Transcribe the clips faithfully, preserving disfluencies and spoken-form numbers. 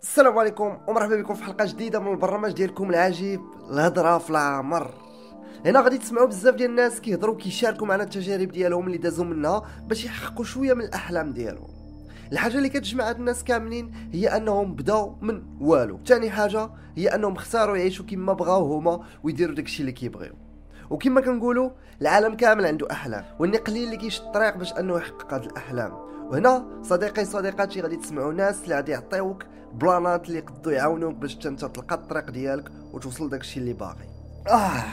السلام عليكم ومرحبا بكم في حلقه جديده من البرنامج ديالكم العجيب الهضره في العمر. هنا غادي تسمعوا بزاف ديال الناس كيهضروا كيشاركوا معنا التجارب ديالهم اللي دازوا منها باش يحققوا شويه من الاحلام ديالهم. الحاجه اللي كتجمع هاد الناس كاملين هي انهم بداو من والو. ثاني حاجه هي انهم اختاروا يعيشوا كما بغاو هما ويديروا داكشي اللي كيبغيو. وكما كنقولوا العالم كامل عنده احلام، واني قليل اللي كيشد الطريق باش انه يحقق هاد الاحلام. وهنا صديقي صديقاتي غادي تسمعوا ناس اللي غادي يعطيوك بلانات اللي يقدروا يعاونوك باش انت تلقى الطريق ديالك وتوصل داكشي اللي باغي. اه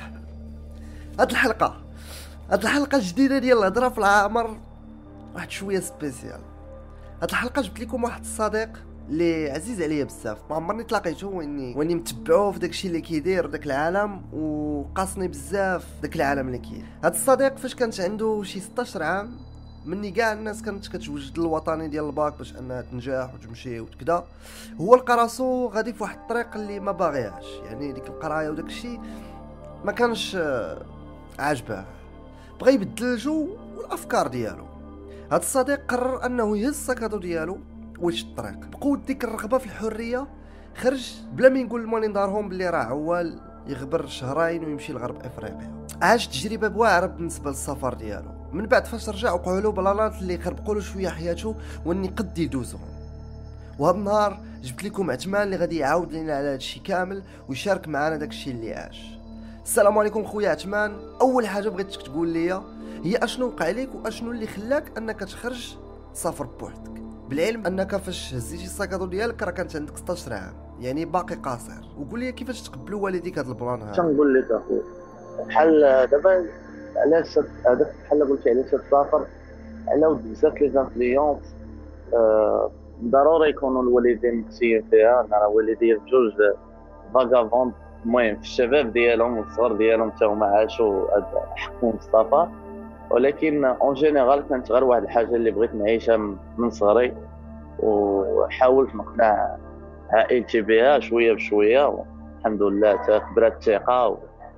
هاد الحلقه هاد الحلقه الجديده ديال الهضره في العمر واحد شويه سبيسيال. هاد الحلقه جبت لكم واحد الصديق اللي عزيز عليا بزاف، ما عمرني تلاقيته واني واني متبعوه في داكشي اللي كيدير داك العالم وقاصني بزاف داك العالم اللي كاين. هاد الصديق فاش كانت عنده شي ستاشر عام، مني كاع الناس كانت كتوجد الوطني ديال الباك باش انها تنجح وتمشي وكذا، هو لقى راسو غادي في واحد الطريق اللي ما باغيهاش. يعني ديك القرايه وداك الشيء ما كانش عاجبه، بغى يبدل الجو والافكار ديالو. هاد الصديق قرر انه يهز السكادو ديالو ويشد الطريق. بقوه ديك الرغبه في الحريه خرج بلا ما يقول لمالين دارهم بلي راه عوال يغبر شهرين ويمشي لغرب افريقيا. عاش تجربه بواعره بالنسبه للسفر ديالو. من بعد فاش رجع وقعوا له بلانات اللي خربقوا له شويه حياته واني قد يدوزهم. وهذا النهار جبت لكم عثمان اللي غادي يعاود لنا على هادشي كامل ويشارك معنا داكشي اللي عاش. السلام عليكم خويا عثمان. اول حاجه بغيتك تقول لي هي اشنو وقع لك واشنو اللي خلاك انك تخرج تسافر بوحدك، بالعلم انك فاش هزيتي الساكادو ديالك راه كانت عندك ستاشر عام، يعني باقي قاصر. وقول لي كيفاش تقبلوا والديك هذا البلان هذا؟ تنقول لك اخويا بحال دابا علاش هذاك بحال قلتي علاش تسافر على ود بزاف لي زانفلونس. آه ضروري يكونوا الوالدين مكسيين فيها. انا راه والدي بجوج فاغافوند، المهم في الشباب ديالهم والصغر ديالهم حتى هما عاشوا هاد حقهم في السفر، ولكن اون جينيرال كانت غير واحد الحاجه اللي بغيت نعيشها من صغري، وحاولت نقنع عائلتي بها شويه بشويه، الحمد لله كبرت الثقه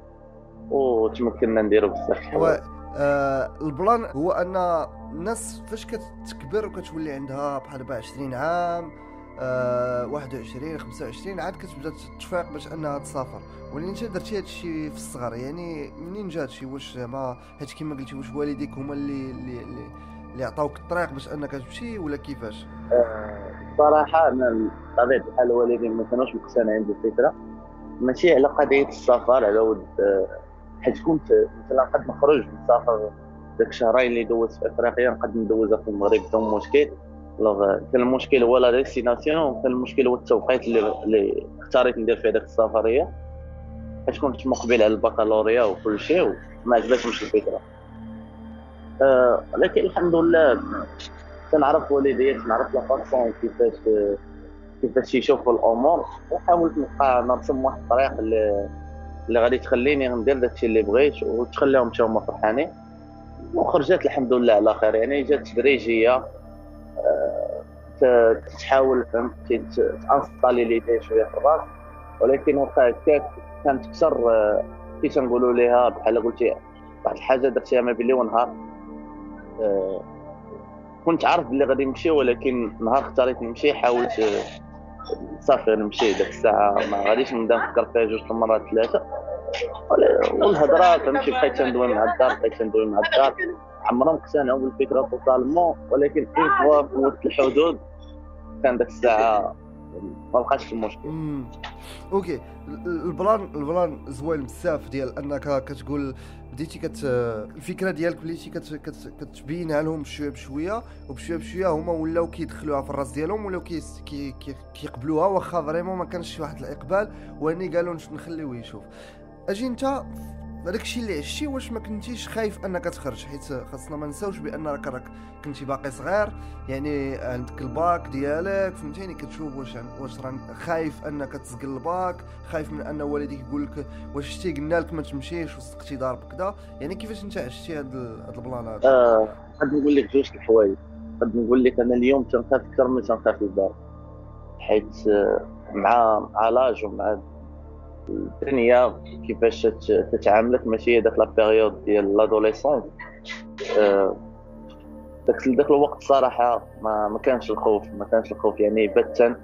وتمكننا نديرو بزاف الحوايج. آه البلان هو ان الناس فاش كتكبر وكتولي عندها بحال دابا عشرين عام، آه واحد وعشرين خمسة وعشرين عاد كتبدا تتفاق باش انها تسافر. ولكن انت درتي هادشي في الصغر، يعني منين جا هادشي؟ واش زعما حيت كيما قلتي واش والديك هما اللي اللي اللي, اللي عطاوك الطريق باش انك تمشي ولا كيفاش؟ آه صراحه انا بطبيعه الحال الوالدين ما كانوش مقتنعين بالفكره، ماشي على قضيه السفر على ود آه، حيت كنت مثلا قد نخرج نسافر داك الشهرين اللي دوزت في افريقيا نقد ندوزها في المغرب بدون مشكل. لوغ كان المشكل هو لا ديستيناسيون، كان المشكل هو التوقيت اللي, اللي اختاريت ندير فيه داك السفريه، حيت كنت مقبل على البكالوريا وكل شيء وما عجبتنيش الفكره. آه لكن الحمد لله كنعرف والدي، كنعرف لا فاسون كيفاش كيفاش يشوفوا الامور، وحاولت نبقى نرسم واحد الطريق اللي اللي غادي تخليني ندير داكشي اللي بغيت وتخليهم حتى هما فرحانين، وخرجت الحمد لله على خير. يعني جات تدريجيه، آه، تحاول فهمتي تانستالي ليدي شويه في الراس، ولكن واخا هكاك كانت اكثر آه، كي تنقولوا ليها بحال قلتي واحد الحاجه درتيها ما بين لي ونهار. آه، كنت عارف بلي غادي نمشي، ولكن نهار اختاريت نمشي حاولت آه، صافي نمشي ديك الساعه ما غاديش نبدا نفكر فيها جوج المرات ثلاثه. والهضره فهمتي بقيت تندوي مع الدار بقيت تندوي مع الدار، عمرهم اقتنعوا بالفكره توتالمون، ولكن اون فوا فوت الحدود كان ديك الساعه ما بقاش المشكل. امم اوكي. البلان البلان زوين بزاف ديال انك كتقول بديتي كت الفكره ديالك بديتي كت... كت... كتبينها لهم شويه بشويه وبشويه بشويه هما ولاو كيدخلوها في الراس ديالهم، ولاو كي... كي... كي... كيقبلوها واخا فريمون ما كانش شي واحد الاقبال، واني قالوا نخليوه يشوف. اجي انت هذاك الشيء اللي عشتي، واش ما كنتيش خايف انك تخرج؟ حيت خاصنا ما نساوش بان راك راك كنتي باقي صغير، يعني عندك الباك ديالك فهمتيني، كتشوف واش واش راه خايف انك تسقل الباك، خايف من ان والديك يقول لك واش شتي قلنا لك ما تمشيش وسقتي ضارب كذا. يعني كيفاش انت عشتي هذا هذا البلان هذا؟ آه قد نقول لك جوج الحوايج. قد نقول لك انا اليوم تنخاف اكثر من تنخاف البارح، حيت آه مع مع لاج ومع الدنيا كيفاش تتعاملك، ماشي داك لا بيريود ديال لادوليسونس. آه داك داك الوقت صراحه ما ما كانش الخوف ما كانش الخوف يعني باتا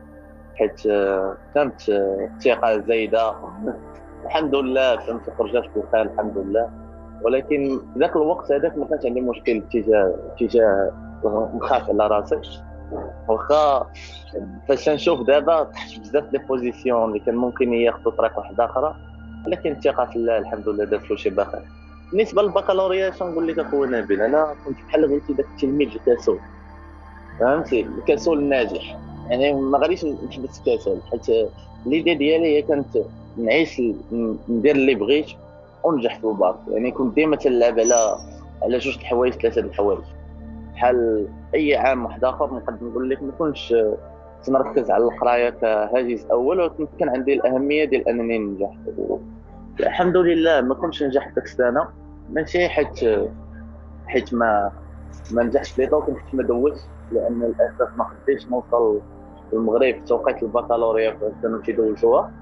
حيت آه، كانت آه، الثقه زايده. الحمد لله فهمت خرجت بخير الحمد لله. ولكن ذاك الوقت هذاك ما كانش عندي مشكل تجاه تجاه نخاف على راسي. واخا فاش نشوف دابا تحت بزاف دي بوزيسيون اللي كان ممكن ياخذوا طريق واحده اخرى، ولكن الثقه في الله الحمد لله دازت كلشي بخير. بالنسبه للبكالوريا شنقول لك اخويا نبيل، انا كنت بحال قلتي داك التلميذ الكسول، فهمتي الكسول الناجح. يعني ما غاديش نحبس الكسول، حيت ليدي ديالي هي كانت نعيش ن- ندير اللي بغيت وننجح في الباك. يعني كنت ديما تلعب على على جوج د الحوايج ثلاثه د الحوايج. بحال اي عام واحد اخر نقدر نقول لك ما كنتش تنركز على القرايه كهاجس اول، ولكن كان عندي الاهميه ديال انني ننجح. الحمد لله ما كنتش نجحت ديك السنه، ماشي حيت حيت ما ما نجحتش في ليطا، كنت ما دوزتش، لان للاسف ما قدرتش نوصل للمغرب في توقيت البكالوريا فاش كانوا تيدوزوها.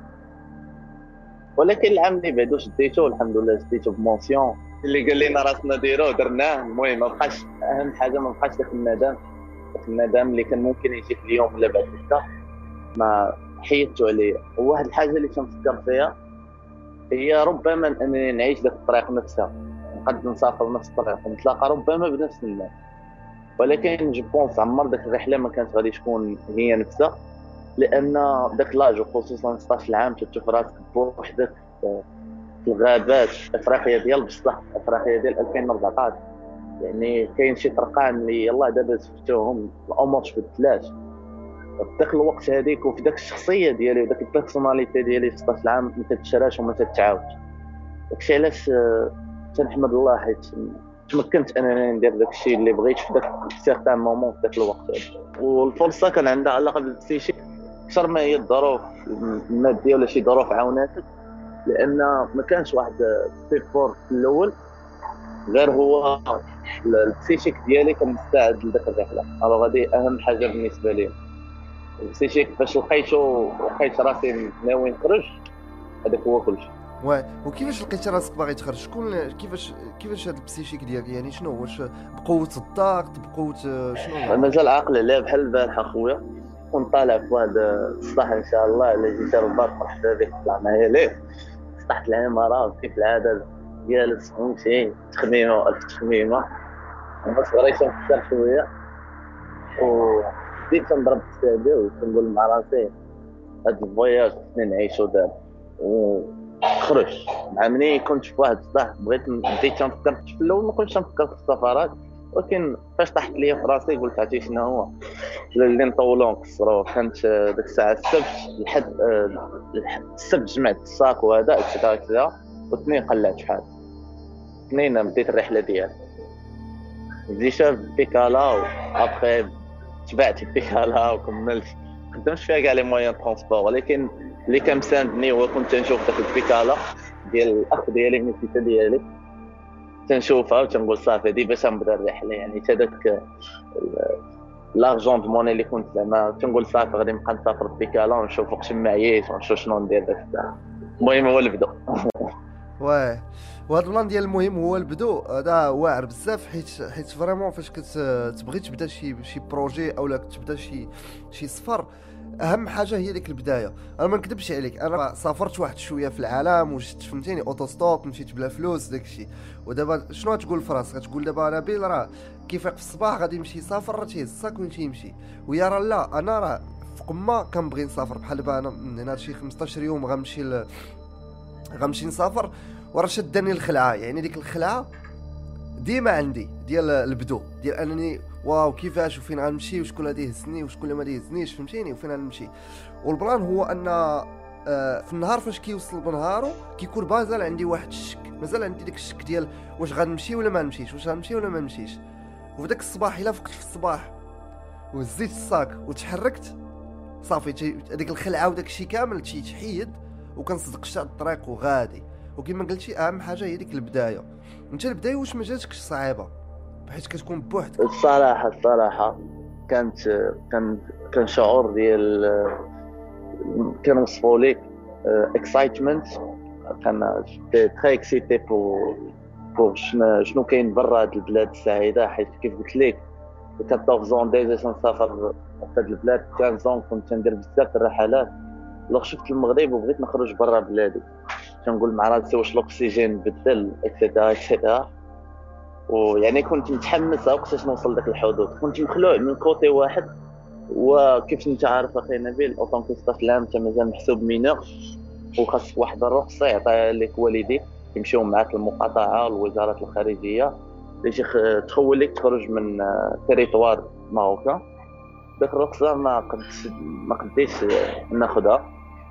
ولكن العام اللي بعدو شديتو الحمد لله، شديتو بمونسيون اللي قال لنا راسنا ديروه درناه. المهم ما بقاش، اهم حاجه ما بقاش داك الندم. داك الندم اللي كان ممكن يجيك اليوم ولا بعد غدا ما حيدتو عليا. وواحد الحاجه اللي كنفكر فيها هي ربما انني نعيش ذاك الطريق نفسها، نقدر نسافر نفس الطريق ونتلاقى ربما بنفس الناس. ولكن جو بونس عمر ذاك الرحله ما كانت غادي تكون هي نفسها، لان ذاك لاج خصوصا ستطاش عام تشوف راسك بوحدك في الغابات. افريقيا ديال بصح افريقيا ديال ألفين وأربعطاش، يعني كاين شي طرقان اللي يلاه دابا شفتوهم الامور تبدلات في ذاك الوقت هذيك. وفي ذاك الشخصيه ديالي وذاك البيرسوناليتي ديالي في ستطاش عام ما تتشراش وما تتعاودش. داكشي علاش آه، تنحمد الله حيت تمكنت انني ندير داكشي اللي بغيت في داك سيغتان مومون في داك الوقت هذا. والفرصه كان عندها علاقه بالبسيشي اكثر ما هي الظروف الماديه ولا شي ظروف عاوناتك، لان ما كانش واحد سيبور في الاول غير هو البسيشيك ديالي كان مستعد لذاك الرحله. الو غادي اهم حاجه بالنسبه لي البسيشيك. فاش لقيتو لقيت راسي ناوي نخرج، هذاك هو كلشي. و وكيفاش لقيت راسك باغي تخرج؟ شكون كيفاش كيفاش هذا البسيشيك ديالك؟ يعني شنو؟ واش بقوه الضغط، بقوه شنو؟ مازال عاقل عليه بحال البارح اخويا. كنت طالع في واحد السطح ان شاء الله، الا جيت البارح مرحبا بك طلع معايا ليه سطح العماره كيف العاده، جالس فهمتي تخميمه الف تخميمه. بس غريت نفكر شويه وبديت نضرب السادة وكنقول مع راسي هاد الفواياج خصني نعيشو دابا ونخرج. مع مني كنت في واحد السطح بغيت بديت نفكر في الاول، ما كنتش نفكر في السفرات، ولكن فاش طاحت ليا في راسي قلت عرفتي شنو هو اللي نطولو نقصرو. كانت ديك الساعه السبت لحد السبت جمعت الصاك وهذا كذا كذا، واثنين قلعت شحال اثنين بديت الرحله ديالي. بديتها بيكالا وابخي تبعت بيكالا وكملت خدمت فيها كاع لي مويان ترونسبور. ولكن اللي كان مساندني هو كنت نشوف داك البيكالا ديال الاخ ديالي النتيجه ديالي، تنشوفها وتنقول صافي هادي باش نبدا الرحله. يعني حتى داك لارجون دو موني اللي كنت زعما تنقول صافي غادي نبقى نسافر بيكالا ونشوف وقت ما عييت ونشوف شنو ندير داك الساعه. المهم هو البدو. واه وهذا البلان ديال المهم هو البدو هذا واعر بزاف، حيت حيت فريمون فاش كتبغي تبدا شي شي بروجي اولا تبدا شي شي سفر، اهم حاجه هي ديك البدايه. انا ما نكذبش عليك، انا سافرت واحد شويه في العالم وجدت فهمتيني اوتو ستوب، مشيت بلا فلوس داكشي. ودابا شنو غتقول في راسك؟ غتقول دابا نبيل راه كيفيق في الصباح غادي يمشي يسافر، راه تيهز الساك ويمشي يمشي. ويا راه لا، انا راه في قمه كنبغي نسافر. بحال دابا انا من هنا شي خمسطاش يوم غنمشي ل... غنمشي نسافر، وراه شدني الخلعه. يعني ديك الخلعه ديما عندي ديال البدو، ديال انني واو كيفاش وفين غنمشي وشكون غادي يهزني وشكون اللي ما يهزنيش، فهمتيني؟ وفين غنمشي. والبلان هو ان آه في النهار فاش كيوصل بنهارو كيكون بازال عندي واحد الشك، مازال عندي داك الشك ديال واش غنمشي ولا ما نمشيش، واش غنمشي ولا ما نمشيش. وفي داك الصباح الا فقت في الصباح وزيت الساك وتحركت صافي، هذيك الخلعه وداك الشيء كامل تيتحيد وكنصدق شتا الطريق وغادي. وكما قلتي اهم حاجه هي ديك البدايه. انت البدايه واش ما جاتكش صعيبه بحيث كتكون بوحدك؟ الصراحه الصراحه كانت كان كان شعور ديال كنوصفوا لك اكسايتمنت. كان تري اكسيتي بو بو شنو كاين برا هاد البلاد السعيده، حيت كيف قلت لك أربعطاش ديجا تنسافر في هاد البلاد خمسة عام كنت تندير بزاف الرحلات. لو شفت المغرب وبغيت نخرج برا بلادي تنقول مع راسي واش الاكسجين بدل اكسيتيرا اكسيتيرا. ويعني كنت متحمس وقتاش نوصل داك الحدود. كنت مخلوع من كوتي واحد، وكيف انت عارف اخي نبيل اوطون كيستاش العام انت مازال محسوب مينور، وخاصك واحد الرخصه يعطيها لك والديك يمشيو معاك المقاطعه الوزاره الخارجيه باش يخ- تخولك تخرج من آه، تريتوار ماروكان. ديك الرخصه ما قدش ما قديتش آه، ناخذها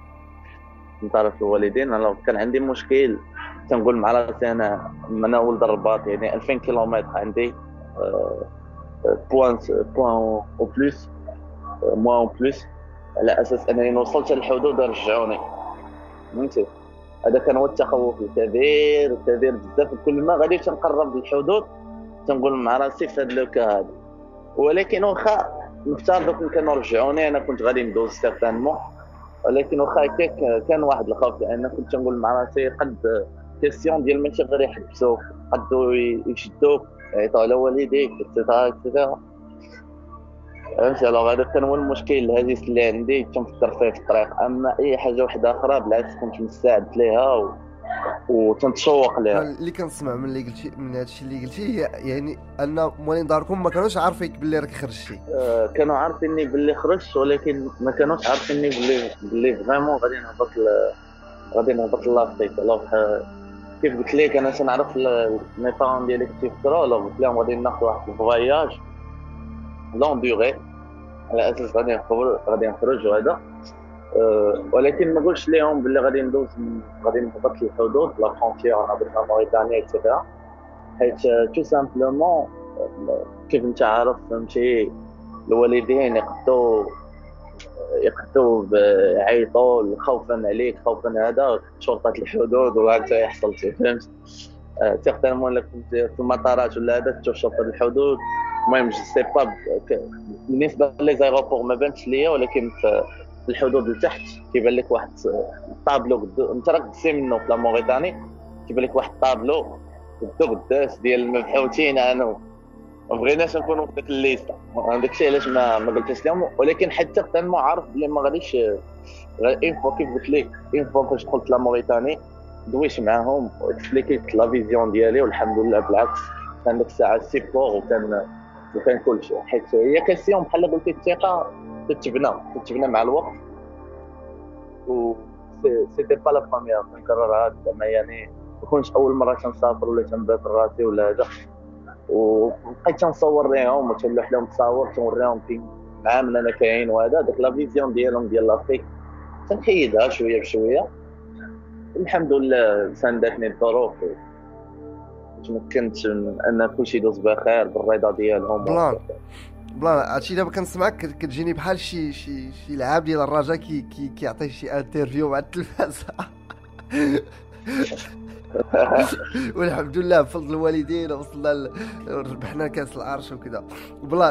من طرف الوالدين. انا كان عندي مشكل تنقول مع راسي انا انا ولد الرباط، يعني ألفين كيلومتر عندي آه، بوان بوان او بليس موان او بليس، على اساس انني وصلت للحدود رجعوني. فهمتي؟ هذا كان هو التخوف الكبير الكبير بزاف. كل ما غادي تنقرب للحدود تنقول مع راسي في هذا لوكا هذا. ولكن واخا نفترض كون كانوا رجعوني انا كنت غادي ندوز سيرتانمون، ولكن واخا هكاك كان واحد الخوف، لان كنت تنقول مع راسي قد كيسيون ديال ماشي غير يحبسوك، قدو يشدوك يعيطوا على والديك اكسيتيرا اكسيتيرا. فهمتي؟ الوغ هذا كان هو المشكل الهاجس اللي عندي تنفكر فيه في الطريق. اما اي حاجه واحده اخرى بالعكس كنت مستعد ليها و... وتنتشوق أنا ليها. اللي كنسمع من اللي قلتي من هادشي اللي قلتي هي يعني ان موالين داركم ما كانوش عارفينك باللي راك خرجتي. آه، كانوا عارفيني باللي خرجت، ولكن ما كانوش عارفيني باللي باللي فريمون غادي نهبط ل... غادي نهبط لافريك. الوغ آه، كيف قلت لك انا تنعرف ال- مي بارون ديالي كيفكروا. الوغ قلت لهم غادي ناخذ واحد الفواياج لون ديغي على اساس غادي نخرج غادي نخرج وهذا. أه ولكن ما قلتش لهم باللي غادي ندوز من- غادي نهبط للحدود لا فرونتيير نهبط مع موريتانيا اكسيتيرا. حيت تو سامبلومون كيف انت عارف فهمتي الوالدين يقدوا يقدوا يعيطوا خوفا عليك خوفا هذا شرطه الحدود وانت يحصل شي. فهمت؟ سيغتانمون الا كنت في المطارات ولا هذا تشوف شرطه الحدود. المهم جو سي با بالنسبه لي زايروبور ما بانش ليا، ولكن في في الحدود لتحت كيبان لك واحد الطابلو قدو انت راك تسي منه في لا موريتاني، كيبان لك واحد الطابلو قدو قداس ديال المبحوثين. انا ما بغيناش نكونوا في ديك الليسته، داك الشيء علاش ما ما قلتش لهم. ولكن حتى حتى ما عارف بلي ما غاديش غير اون فوا كيف قلت لك اون فوا فاش دخلت لا موريتاني دويت معاهم واكسبليكيت لا فيزيون ديالي، والحمد لله بالعكس كان ديك الساعه سيبور وكان وكان كل شيء. حيت هي كاسيون بحال قلتي الثقه تتبنى تتبنى مع الوقت. و سيتي با لا بروميير كنكررها زعما، يعني ما كنتش اول مره تنسافر ولا تنبات راسي ولا هذا. وبقيت تنصور ليهم وتنلوح لهم تصاور تنوريهم فين العام انا كاين وهذا. داك لا فيزيون ديالهم ديال لافريك تنحيدها شويه بشويه. الحمد لله ساندتني الظروف وتمكنت من ان كلشي يدوز بخير بالرضا ديالهم. بلان بلان هادشي دابا كنسمعك كت- كتجيني بحال شي شي شي لعاب ديال الرجاء كي كي كيعطي شي انترفيو مع التلفازه. والحمد لله بفضل الوالدين وصلنا ل- ربحنا كاس العرش وكذا. بلان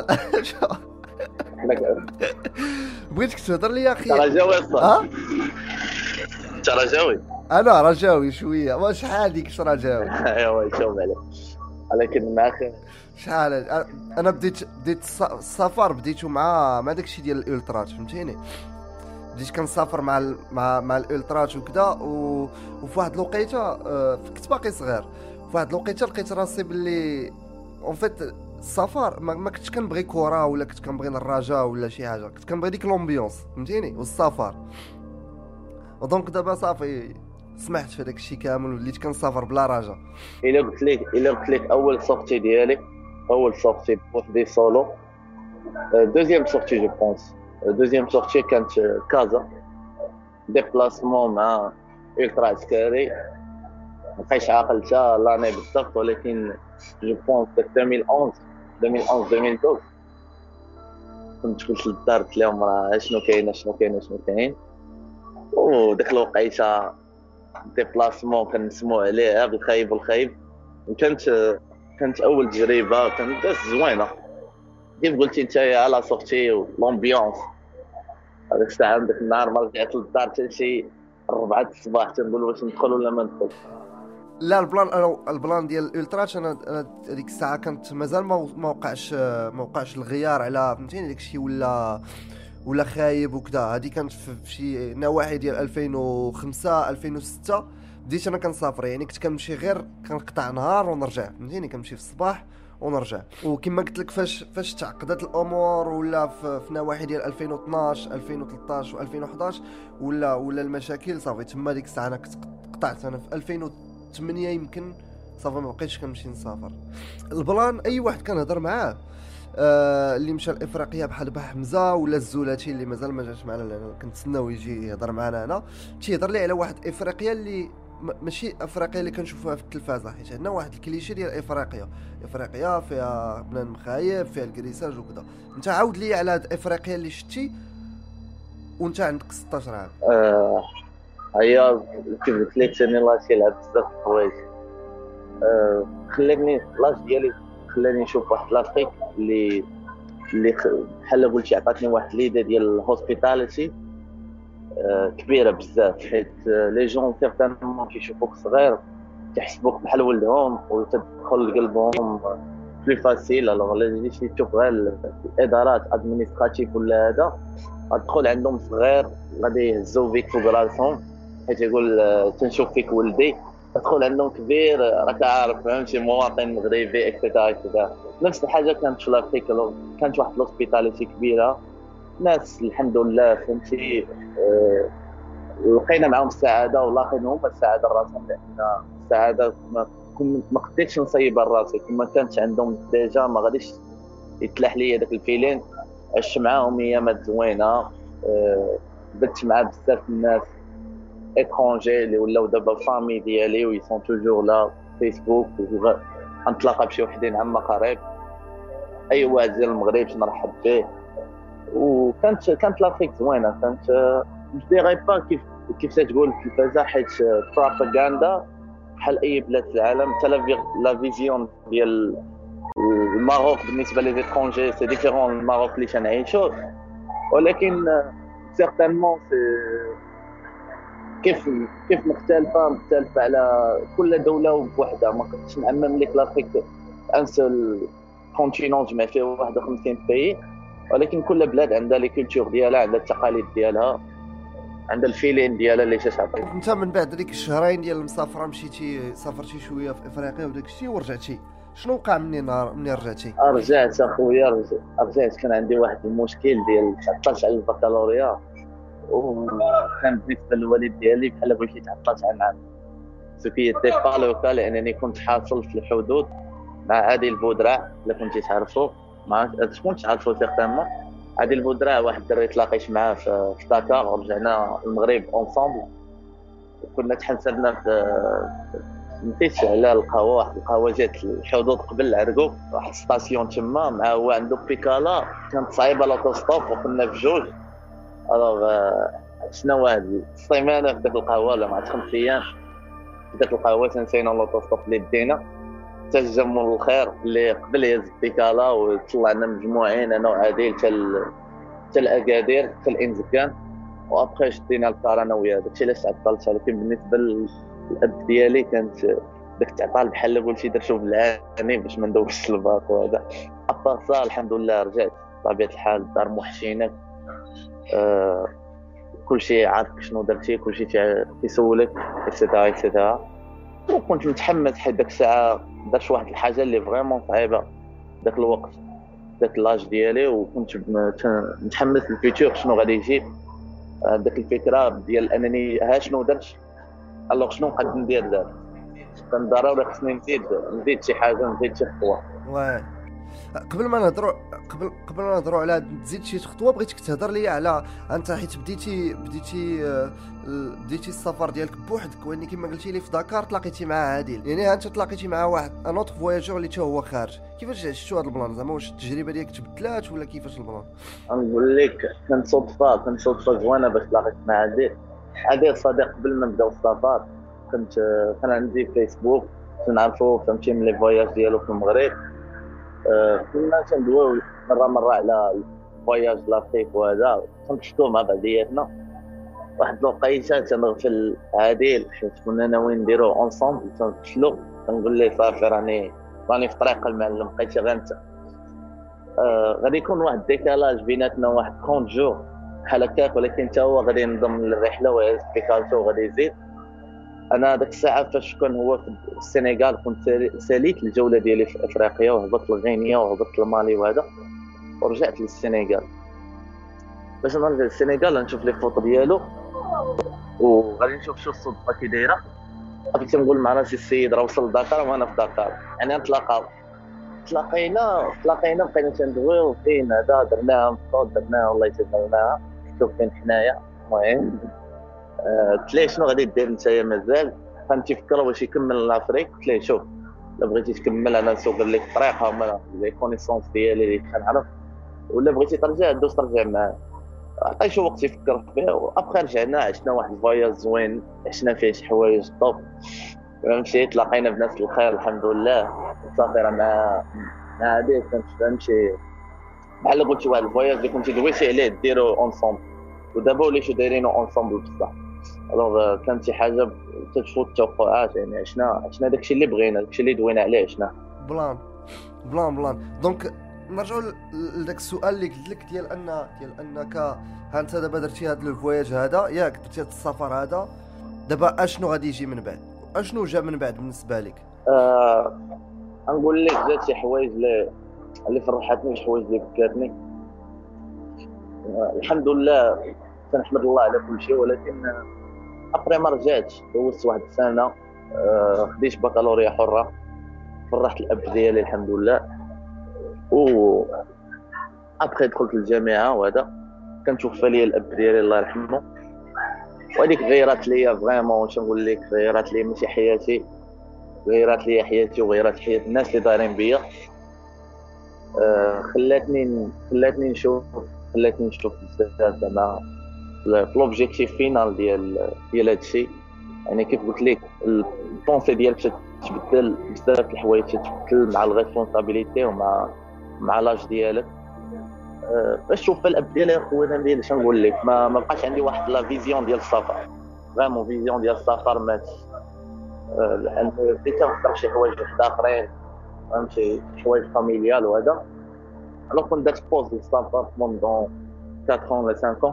بغيتك تهضر لي يا اخي. رجاوي الصح. ها انت رجاوي؟ انا رجاوي شويه، واش شحال ديك اش رجاوي؟ ايوا يشوف عليك. ولكن مع اخي شحال أنا- انا بديت بديت الس- السفر بديتو مع مع داكشي ديال الالترات فهمتيني. بديت كنسافر مع ال... مع مع الالترات وكذا و... وفي واحد الوقيته آه، كنت باقي صغير. في واحد الوقيته لقيت راسي باللي اون فيت السفر ما, ما كنتش كنبغي كره ولا كنت كنبغي الرجاء ولا شي حاجه، كنت كنبغي ديك لومبيونس فهمتيني والسفر. ودونك دابا صافي سمحت في داك الشيء كامل وليت كنسافر بلا رجاء. الا قلت لك الا قلت لك اول سورتي ديالي اول سورتي بوحدي سولو. دوزيام سورتي جو بونس دوزيام سورتي كانت كازا ديبلاسمون مع الترا عسكري. مابقيتش عاقل حتى لاني بالضبط، ولكن جو بونس ألفين وأحد ألفين وأحد ألفين واثناش كنت قلت للدار قلت لهم راه شنو كاين شنو كاين شنو كاين. وديك الوقيته ديبلاسمون كنسمو عليها بالخايب والخايب. كانت كانت اول تجربه كانت داز زوينه. كيف قلتي انت على سورتي لومبيونس هذيك الساعه عندك النهار ما رجعت للدار حتى شي أربعة الصباح تنقول واش ندخل ولا ما ندخل. لا البلان انا البلان ديال الالتراش انا انا هذيك الساعه كانت مازال ما ما وقعش ما وقعش الغيار على فهمتيني داكشي ولا ولا خايب وكذا. هذه كانت في شي نواحي ديال ألفين وخمسة ألفين وستة بديت انا كنسافر، يعني كنت كنمشي غير كنقطع نهار ونرجع فهمتيني، كنمشي في الصباح ونرجع. وكما قلت لك فاش فاش تعقدت الامور ولا في, في نواحي ديال ألفين واثناش ألفين وثلاثطاش وألفين وحداش ولا ولا المشاكل صافي تما ديك الساعه انا كنت قطعت. انا في ألفين وثمانية يمكن صافي ما بقيتش كنمشي نسافر. البلان اي واحد كنهضر معاه آه اللي مشى لافريقيا بحال بحال حمزه ولا الزولاتي اللي مازال ما جاش معنا لان كنتسناو يجي يهضر معنا هنا، تيهضر لي على واحد افريقيا اللي ماشي افريقيا اللي كنشوفوها في التلفازه، حيت عندنا واحد الكليشي ديال افريقيا افريقيا فيها بنان مخايب فيها الكريساج وكذا. انت عاود لي على هاد افريقيا اللي شتي وانت عندك ستطاش عام. آه هيا كيف قلت لك ثاني لاشي لعب بزاف الحوايج. آه خلاني لاش ديالي خلاني نشوف واحد لافريك اللي اللي بحال قلتي عطاتني واحد ليدي ديال الهوسبيتاليتي آه كبيره بزاف، حيت آه لي جون سيغتانمون كيشوفوك صغير تحسبوك بحال ولدهم وتدخل لقلبهم بلي فاسيل. الوغ لا جيتي تشوف غير الادارات ادمينستراتيف ولا هذا غتدخل عندهم صغير غادي يهزو فيك فوق راسهم، حيت يقول تنشوف فيك ولدي. تدخل عندهم كبير راك عارف فهمتي مواطن مغربي اكسيتيرا اكسيتيرا. نفس الحاجه كانت في لافريك، كانت واحد لوسبيتاليتي كبيره، ناس الحمد لله فهمتي أه لقينا معاهم السعاده ولاقينا هما السعاده راسهم، لان السعاده ما كنت ما قديتش نصيبها لراسي كما كانت عندهم ديجا ما غاديش يتلاح لي داك الفيلين. عشت معاهم ايامات زوينه أه بدت مع بزاف الناس étrangers اللي ولاو دابا فامي ديالي وي سون توجور لا فيسبوك، غنتلاقى بشي وحدين عما قريب اي واحد ديال المغرب نرحب به. وكانت كانت لافريك زوينه، كانت مش ديغي با كيف كيف تقول في التلفازه، حيت بروباغندا بحال اي بلاد في العالم. حتى لا فيزيون ديال الماروك بالنسبه لي زيترونجي سي ديفيرون الماروك اللي كنعيشو، ولكن سيغتانمون سي كيف كيف مختلفه مختلفه على كل دوله بوحدها. ما كنتش نعمم لك لافريك ان سول كونتينون جمع فيه واحد وخمسين بي، ولكن كل بلاد عندها لي كولتور ديالها، عندها التقاليد ديالها، عندها الفيلين ديالها اللي تتعطيك. انت من بعد هذيك الشهرين ديال المسافره مشيتي سافرتي شويه في افريقيا وداك الشيء ورجعتي، شنو وقع منين منين رجعتي؟ رجعت اخويا رجعت كان عندي واحد المشكل ديال تعطلت على البكالوريا، وكان بالنسبه للوالد ديالي بحال بغيتي تعطلت عن عام سكي تي با لوكا، لانني كنت حاصل في الحدود مع عادل بودراع. الا كنتي تعرفوا ما شكون تعرفوا سيغتانمون عادل بودراع، واحد الدري تلاقيت معاه في داكار ورجعنا المغرب اونصومبل. كنا تحسبنا في نسيت على القهوه، واحد القهوه جات الحدود قبل العرقوب، واحد ستاسيون تما مع هو عنده بيكالا كانت صعيبه لاوتوستوب وكنا في جوج. الوغ شنو واحد السيمانه في داك القهوه ولا مع خمس ايام في داك القهوه تنسينا لاوتوستوب اللي دينا تجمع الخير اللي قبل يهز بيكالا، وطلعنا مجموعين انا وعادل حتى حتى الاكادير حتى الانزكان، وابخي شدينا الكار انا وياه. داكشي علاش تعطلت. ولكن بالنسبه للاب ديالي كانت داك التعطال بحال قلتي درتو بالعاني باش ما ندوزش الباط وهذا. ابارسا الحمد لله رجعت بطبيعه الحال الدار موحشينك، آه كلشي عارف شنو درتي، كلشي تيسولك اكسيتيرا اكسيتيرا. وكنت متحمس حيت داك الساعه درت واحد الحاجه اللي فريمون صعيبه داك الوقت داك لاج ديالي، وكنت متحمس للفيتور شنو غادي يجي. داك الفكره ديال انني ها شنو درت الوغ شنو نقدر ندير دابا، كان ضروري خصني نزيد نزيد شي حاجه نزيد شي خطوه. واه قبل ما نهضروا قبل قبل ما نهضروا على تزيد شي خطوه بغيتك تهضر لي على انت حيت بديتي بديتي بديتي السفر ديالك بوحدك، واني كما قلتي لي في دكار تلاقيتي مع عادل، يعني انت تلاقيتي مع واحد ان اوتر فواياجور اللي حتى هو خارج. كيفاش عشتوا هذا البلان زعما؟ واش التجربه ديالك تبدلات ولا كيفاش البلان؟ نقول لك كانت صدفه كانت صدفه زوينه باش تلاقيت مع عادل. عادل صديق قبل ما نبداو السفر، كنت كان عندي فيسبوك كنعرفو فهمتي من لي فواياج ديالو في المغرب. كنا تندويو مره مره على فواياج لافريك وهذا، كنشوفو مع بعضياتنا. واحد الوقيته تنغفل عادل حيت كنا ناويين نديرو اونصومبل تنفشلو. تنقول ليه صافي راني راني في طريق المعلم بقيتي غير انت. آه غادي يكون واحد ديكالاج بيناتنا، واحد كونت جور بحال هكاك، ولكن حتى هو غادي ينضم للرحله ويهز بيكالتو وغادي يزيد. انا ديك الساعه فاش كان هو في السنغال كنت ساليت الجوله ديالي في افريقيا، وهبطت لغينيا وهبطت لمالي وهذا، ورجعت للسنغال. باش نرجع للسنغال نشوف لي فوتو ديالو وغادي نشوف شو الصدفه كي دايره. بقيت نقول مع راسي السيد راه وصل لدكار وانا في دكار، يعني نتلاقاو. تلاقينا تلاقينا بقينا تندويو فين هذا، درناها فوت درناها والله تدرناها شوف فين حنايا. المهم آه، قلت ليه شنو غادي دير نتايا مازال؟ كان تيفكر واش يكمل لافريك. قلت ليه شوف الا بغيتي تكمل انا نسوق لك الطريق، هما لي كونيسونس ديالي اللي كنعرف، ولا بغيتي ترجع دوز ترجع معايا. عطيتو وقت يفكر فيه، وابخي رجعنا عشنا واحد الفواياج زوين، عشنا فيه شي حوايج طوب. فهمتي تلاقينا بناس الخير الحمد لله. صافي راه مع مع هادي كنت فهمتي بحال قلت واحد الفواياج اللي كنتي دويتي عليه ديرو اونصومبل، ودابا وليتو دايرينو اونصومبل بصح. الوغ كانت شي حاجه تتفوت التوقعات، يعني عشنا عشنا داكشي اللي بغينا، داكشي اللي دوينا عليه عشنا. بلان بلان بلان. دونك نرجعوا لذاك السؤال اللي قلت لك ديال ان ديال انك ها انت دابا درتي هذا الفواياج هذا ياك، درتي هذا السفر هذا، دابا اشنو غادي يجي من بعد؟ اشنو جا من بعد بالنسبه لك؟ آه نقول لك جات شي حوايج اللي اللي فرحتني، شي حوايج اللي بكاتني. آه الحمد لله كنحمد الله على كل شيء، ولكن ابري ما رجعتش دوزت واحد السنه. آه خديت بكالوريا حره، فرحت الاب ديالي الحمد لله. و ابخي دخلت الجامعه وهذا كنتوفى لي الاب ديالي الله يرحمه، وهذيك غيرات ليا فريمون. واش نقول لك، غيرات لي ماشي حياتي، غيرات لي حياتي وغيرات حياه الناس اللي دايرين بيا. آه خلاتني خلاتني نشوف خلاتني نشوف بزاف زعما في لوبجيكتيف فينال ديال ديال هذا الشيء. يعني كيف قلت لك البونسي ديالك تتبدل، بزاف الحوايج تتبدل مع الريسبونسابيلتي ومع مع لاج ديالك. أه باش تشوف الاب ديالي خويا ديالي اش نقول لك، ما ما بقاش عندي واحد لا فيزيون ديال السفر، فريمون فيزيون ديال السفر مات. أه لان بديت نفكر شي حوايج واحد اخرين، فهمتي حوايج فاميليال وهذا. الوغ كنت درت بوز للسفر موندون أربعة ولا خمسة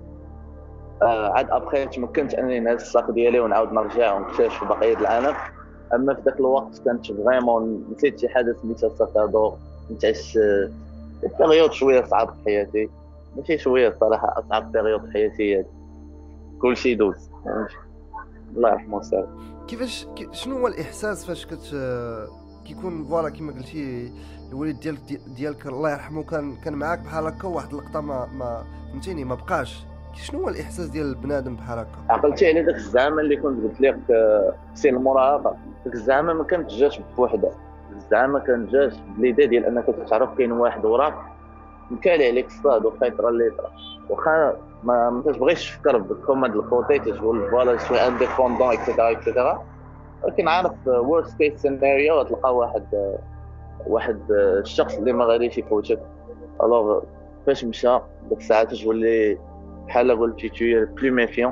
آه عاد ابخي تمكنت انني نهز الساق ديالي ونعاود نرجع ونكتشف بقيه العالم. اما في ذاك الوقت كانت فريمون نسيت شي حاجه سميتها السفادور. نتعش بيريود شويه صعب في حياتي، ماشي شويه الصراحه، اصعب بيريود في حياتي هذه. كلشي يدوز الله يرحمه ويسامحه. كيفاش شنو هو الاحساس فاش كت كيكون فوالا كيما قلتي الوالد ديالك ديالك الله يرحمه كان كان معاك بحال هكا، واحد اللقطه ما ما فهمتيني ما بقاش؟ شنو هو الاحساس ديال البنادم بحال هكا؟ عقلتي على داك الزعامه اللي كنت قلت لك سي المراهقه. داك الزعامه ما كانت جات بوحدها، الزعامه كانت جات بليده ديال انك تعرف كاين واحد وراك مكالي عليك الصاد وخيطره اللي طرا، واخا ما ما تبغيش تفكر بكم هاد الكوتي تقول فوالا شوي انديبوندون اكسيتيرا اكسيتيرا، ولكن عارف ورست كيس سيناريو تلقى واحد واحد الشخص اللي ما غاديش يفوتك. الوغ فاش مشى ديك الساعات تولي بحال قلتي تي بلو ميفيون.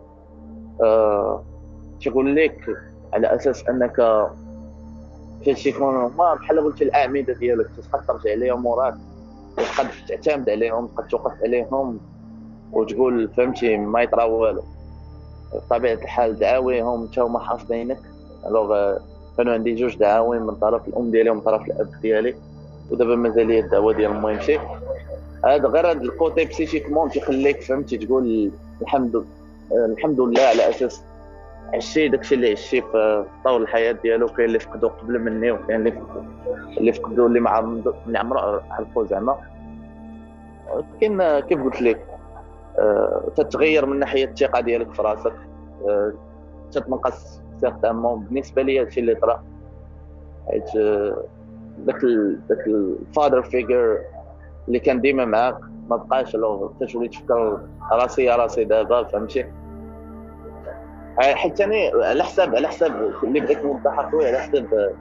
أه تيقول لك على اساس انك فاش يكون ما بحال قلتي الاعمده ديالك تقدر ترجع عليهم وراك، وتقدر تعتمد عليهم، تقدر توقف عليهم وتقول فهمتي ما يطرا والو. بطبيعه الحال دعاويهم حتى هما حافظينك. الوغ كانوا عندي جوج دعاوي من طرف الام ديالي ومن طرف الاب ديالي، ودابا مازال لي الدعوه ديال المهم شي هذا غير هذا الكوتي بسيكيكمون تيخليك فهمتي تقول الحمد الحمد لله على اساس عشتي داكشي اللي عشتي في طور الحياه ديالو. كاين اللي فقدوا قبل مني وكاين اللي اللي فقدوا اللي ما عمرو عرفوا زعما. ولكن كيف قلت لك أه تتغير من ناحيه الثقه ديالك في راسك، أه تتنقص سيغتامون. بالنسبه لي هادشي اللي طرا حيت أه داك ال... داك الفادر فيجر اللي كان ديما معاك ما بقاش. لو تتولي تفكر راسي يا راسي دابا فهمتي. حيت ثاني على حساب على حساب اللي بغيت نوضحها خويا، على حساب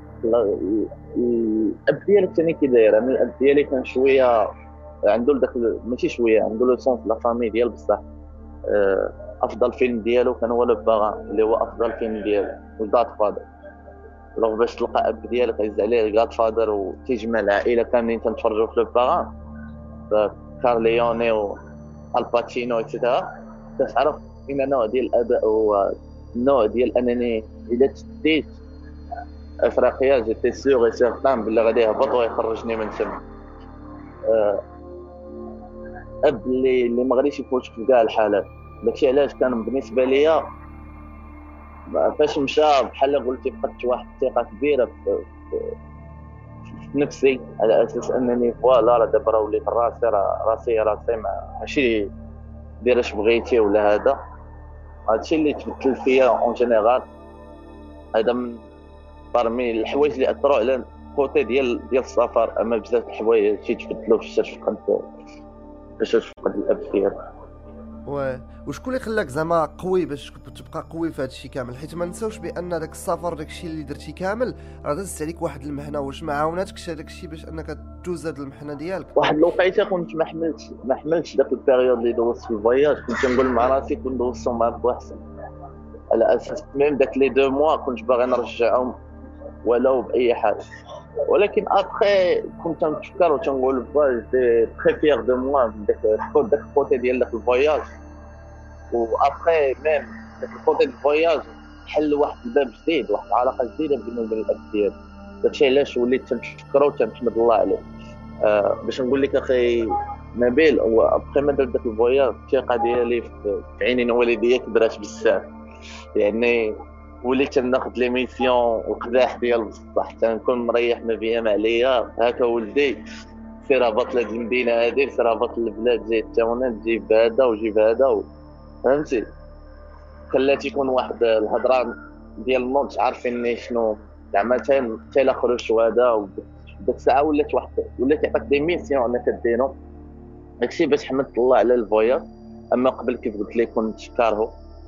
الاب ديالك ثاني كي داير. انا الاب ديالي كان شويه عنده داك ماشي شويه عنده لو سونس لا فامي ديال بصح. أه افضل فيلم ديالو كان هو لو باغان اللي هو افضل فيلم ديالو والجاد فادر. لو باش تلقى اب ديالك عز عليه الجاد فادر وتجمع العائله كاملين تنتفرجوا في لو باغان، كارليوني والباتشينو اكسيتيرا، كتعرف ان نوع ديال الاداء هو النوع ديال انني الا تديت افريقيا جيتي سيغ اي سيغتان بلي غادي يهبط ويخرجني من تما. أه اب اللي اللي ما غاديش يفوت في كاع الحالات. داكشي علاش كان بالنسبه ليا فاش مشى بحال قلتي فقدت واحد الثقه كبيره في, في, في نفسي، على اساس انني فوالا راه دابا راه وليت راسي راسي راسي ماشي دير اش بغيتي ولا هذا. هادشي اللي تبدل فيا اون جينيرال. هذا من برمي الحوايج اللي اثروا على الكوتي ديال ديال السفر. اما بزاف الحوايج شي تبدلوا في الشرف فقد باش فقد الاب ديالك. و وشكون اللي خلاك زعما قوي باش تبقى قوي في هذا الشيء كامل؟ حيت ما نساوش بان داك السفر داك الشيء اللي درتي كامل راه دازت عليك واحد المهنه. واش ما عاوناتكش هذاك الشيء باش انك توز هذه المهنه ديالك؟ واحد الوقيته كنت ما حملتش ما حملتش داك البيريود اللي دوزت في الفواياج. كنت نقول مع راسي كنت دوزتهم مع بوحسن، على اساس ميم داك لي دو موا كنت باغي نرجعهم ولو باي حاجه. ولكن ابخي كنت نفكر وتنقول با جي تري فيير دو موا داك داك الكوتي ديال داك الفواياج. وابخي ميم داك الكوتي ديال الفواياج حل واحد الباب جديد، واحد العلاقه جديده بيني وبين الاب ديالي. داكشي علاش وليت تنفكر وتنحمد الله عليه. أه باش نقول لك اخي نبيل، هو ابخي ما درت داك الفواياج الثقه ديالي في عينين والديا كبرات بزاف. يعني وليت ناخذ لي ميسيون والقداح ديال بصح تنكون مريح ما بيا ما عليا. هكا ولدي سير هبط لهاد المدينه هادي، سير هبط للبلاد جاي التاونه تجيب هذا وجيب هذا، فهمتي. خلات يكون واحد الهضره ديال النضج، عارفين شنو زعما حتى حتى خرج وهذا. ديك الساعه ولات واحد ولات تعطيك دي ميسيون انا كديرهم. داكشي باش حمدت الله على الفواياج. اما قبل كيف قلت لك كنت كارهو.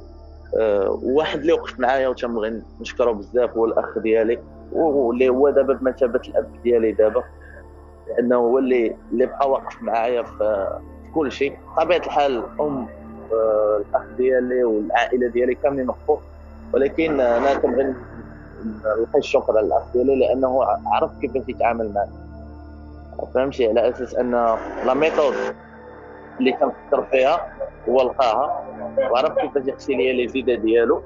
أه واحد اللي وقف معايا وتنبغي نشكره بزاف هو الاخ ديالي، واللي هو دابا بمثابه الاب ديالي دابا، لانه هو اللي اللي بقى واقف معايا في كل شيء. طبيعه الحال ام أه الاخ ديالي والعائله ديالي كاملين وقفوا، ولكن انا كنبغي نلقي الشكر على الاخ ديالي لانه عرف كيفاش يتعامل معايا. فهمتي، على اساس ان لا ميثود اللي كنفكر فيها هو لقاها وعرف كيفاش يخشي ليا لي زيده ديالو.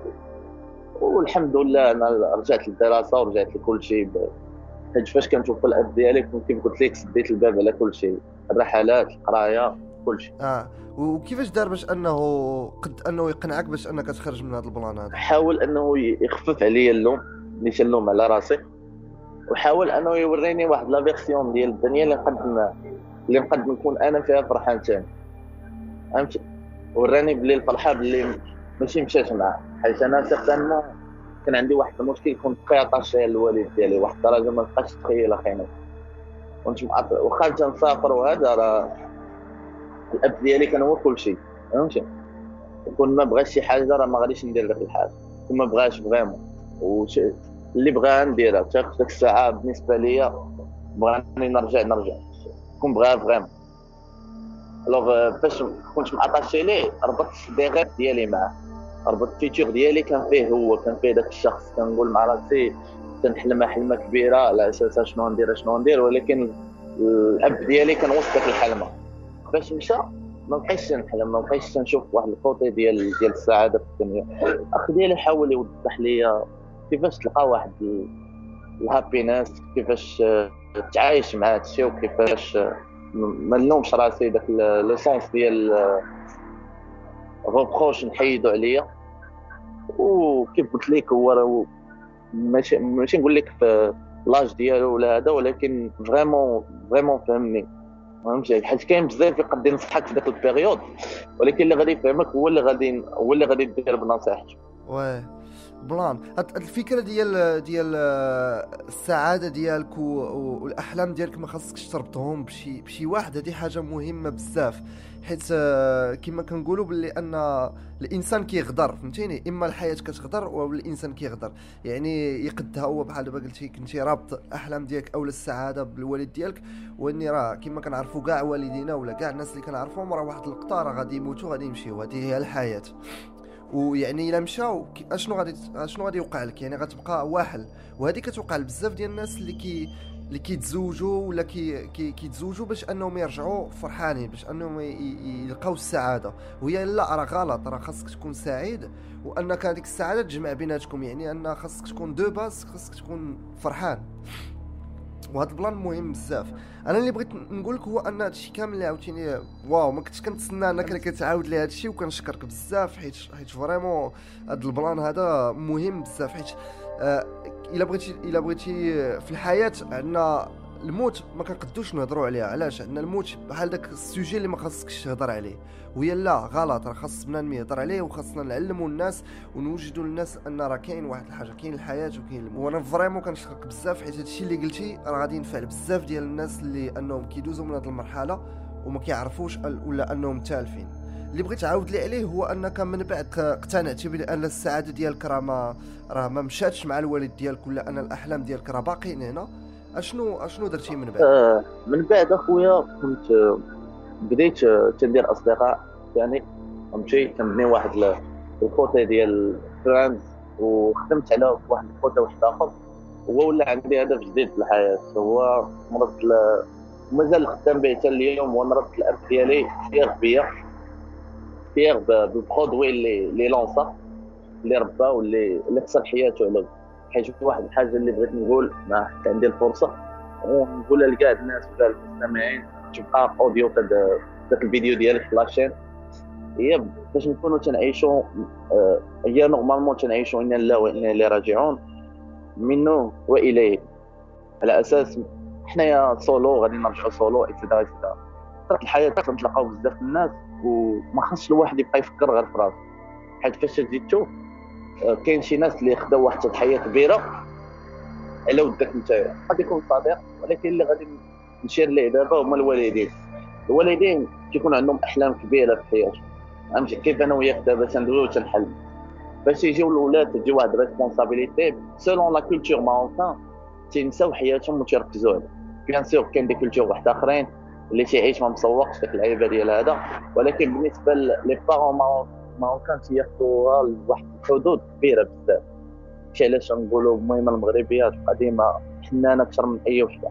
والحمد لله انا رجعت للدراسه ورجعت لكل شيء. حيت فاش كنشوف الاب ديالي كيف قلت لك سديت الباب على كل شيء، الرحلات، القرايه، كل شيء. اه وكيفاش دار باش انه قد انه يقنعك باش انك تخرج من هذا البلان هذا؟ حاول انه يخفف عليا اللوم اللي تنلوم على راسي، وحاول انه يوريني واحد لا فيرسيون ديال الدنيا اللي نقدر اللي نقدر نكون انا فيها فرحان ثاني. فهمتي، وراني بلي الفرحه بلي ماشي مشات معاه. حيت انا سيغتانمون كان عندي واحد المشكل، كنت كيعطاش الوالد ديالي واحد الدرجه ما نبقاش نتخيل اخينا. كنت واخا تنسافر وهذا راه الاب ديالي كان هو كل شيء. فهمتي، كون ما بغاش شي حاجه راه ما غاديش ندير داك الحاجه، كون ما بغاش فريمون وش اللي بغاها نديرها. حتى ديك الساعه بالنسبه ليا بغاني نرجع نرجع كون بغاها فريمون. الوغ فاش كنت معطاشي ليه ربطت دي غيب ديالي معاه، ربطت فيتور ديالي كان فيه هو، كان فيه داك الشخص. كنقول مع راسي تنحلم حلمه كبيره على اساس شنو ندير شنو ندير، ولكن الاب ديالي كان وسط داك الحلمه. فاش مشى ما بقيتش نحلم، ما بقيتش نشوف واحد الكوتي ديال ديال السعاده في الدنيا. الاخ ديالي حاول يوضح لي كيفاش تلقى واحد الهابينس، كيفاش تعايش مع هادشي، وكيفاش ما نلومش راسي. داك لو سونس ديال روبروش نحيدو عليا. وكيف قلت لك هو راه ماشي ماشي نقول لك في لاج ديالو ولا هذا، ولكن فريمون فريمون فهمني. فهمتي، حيت كاين بزاف يقدر ينصحك في داك البيريود، ولكن اللي غادي يفهمك هو اللي غادي هو اللي غادي دير بنصيحته. واه بلان هاد الفكره ديال ديال السعاده ديالك والاحلام ديالك ما خاصكش تربطهم بشي بشي واحد. هذه حاجه مهمه بزاف، حيت كما كنقولوا باللي ان الانسان كيغدر، فهمتيني، اما الحياه كتغدر او الانسان كيغدر. يعني يقدها هو بحال دابا قلتي كنتي رابط احلام ديالك او السعاده بالوالد ديالك. واني راه كما كنعرفوا كاع والدينا ولا كاع الناس اللي كنعرفوهم راه واحد اللقطه راه غادي يموتوا غادي يمشيو، هذه هي الحياه. ويعني الا مشاو اشنو غادي اشنو غادي يوقع لك؟ يعني غتبقى واحد. وهذه كتوقع لبزاف ديال الناس اللي كي اللي كيتزوجوا ولا كي كي كيتزوجوا باش انهم يرجعوا فرحانين، باش انهم يلقاو السعاده. وهي لا، راه غلط، راه خاصك تكون سعيد وانك هذيك السعاده تجمع بيناتكم. يعني ان خاصك تكون دو باس، خاصك تكون فرحان. وهذا البلان مهم بزاف. انا اللي بغيت نقول لك هو ان هادشي كامل اللي عاوتيني واو ما كنتش كنتسنى انك كتعاود لي هادشي، وكنشكرك بزاف حيت حيت فريمون هذا البلان هذا مهم بزاف. حيت آه الا بغيتي الا بغيتي في الحياه عندنا الموت ما كنقدوش نهضروا عليه. علاش؟ عندنا الموت بحال داك السوجي اللي ما خاصكش تهضر عليه. وهي لا، غلط، راه خاص بنادم يهضر عليه، وخاصنا نعلموا الناس ونوجدوا للناس ان راه كاين واحد الحاجه، كاين الحياه وكاين الموت. وانا فريمون كنشكرك بزاف حيت هادشي اللي قلتي راه غادي ينفع بزاف ديال الناس اللي انهم كيدوزوا من هذه المرحله وما كيعرفوش ولا انهم تالفين. اللي بغيت عاود لي عليه هو انك من بعد اقتنعتي بان السعاده ديالك راه ما راه ما مشاتش مع الوالد ديالك، ولا ان الاحلام ديالك راه باقيين هنا. اشنو اشنو درتي من بعد؟ آه من بعد اخويا كنت آه، بديت آه، تندير اصدقاء ثاني، فهمتي، كنبني واحد ال- الكوتي ديال فريندز، وخدمت على واحد الكوتي واحد اخر. هو ولا عندي هدف جديد في الحياه، هو مرض ال- ومازال خدام به حتى اليوم. هو مرض الاب ديالي فيغ بيا، فيغ بالبرودوي اللي اللي لونسا، اللي ربى واللي اللي خسر حياته على. حيت واحد الحاجه اللي بغيت نقول ما حتى عندي الفرصه ونقولها لكاع الناس وكاع المستمعين، تبقى اوديو هذا ذاك الفيديو ديالك في لاشين، هي باش نكونوا تنعيشوا. آه، هي نورمالمون تنعيشوا انا لا وانا اللي راجعون منه واليه، على اساس حنايا سولو غادي نرجعوا سولو اكسترا اكسترا. الحياه كنتلاقاو بزاف الناس، وما خاصش الواحد يبقى يفكر غير في راسو. حيت فاش تجي تشوف آه، كاين شي ناس اللي خداو واحد التضحيه كبيره على ودك نتايا، غادي يكون صديق، ولكن اللي غادي نشير ليه دابا هما الوالدين. الوالدين كيكون عندهم احلام كبيره في حياتهم، فهمتي كيف انا وياك دابا تندويو وتنحلم. باش يجيو الاولاد تجي واحد ريسبونسابيلتي سولون لا كولتور ماروكان، تينساو حياتهم وتيركزوا عليها. بيان سور كاين دي كولتور واحد اخرين اللي تيعيش ما مسوقش ديك اللعيبه ديال هذا، ولكن بالنسبه لي بارون ماروكان تياخذوها لواحد الحدود كبيره بزاف. شي علاش نقولوا المهمه المغربيه قديمه حنانه اكثر من اي وحده.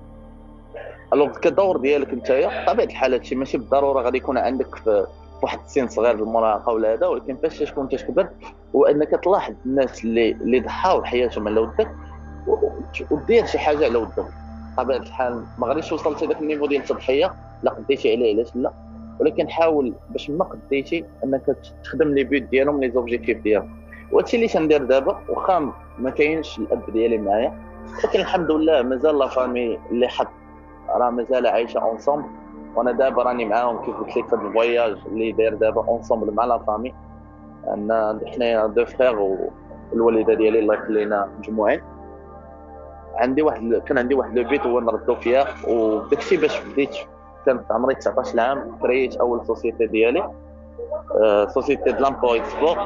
الوغ كدور ديالك نتايا طبيعه الحال هادشي ماشي بالضروره غادي يكون عندك في واحد السن صغير المراهقه ولا هذا، ولكن فاش تكون تكبر هو انك تلاحظ الناس اللي اللي ضحاو حياتهم على ودك ودير شي حاجه على ودك. طبيعه الحال ما غاديش توصل لذاك النيفو ديال التضحيه لا قديتي عليه، علاش لا، ولكن حاول باش ما قديتي انك تخدم لي بيوت ديالهم لي زوبجيكتيف ديالهم. وهادشي اللي تندير دابا، واخا ما كاينش الاب ديالي معايا، ولكن الحمد لله مازال لا فامي اللي حط راه مازال عايشه اونصومبل. وانا دابا راني معاهم كيف قلت لك في الفواياج اللي داير دابا اونصومبل مع لا فامي. ان حنايا دو فخيغ والوالده ديالي الله يخلينا مجموعين. عندي واحد كان عندي واحد لو بيت هو نردو فيها، وداكشي باش بديت كان في عمري تسعطاش عام كريت اول سوسيتي ديالي، أه سوسيتي د لامبو اكسبورت.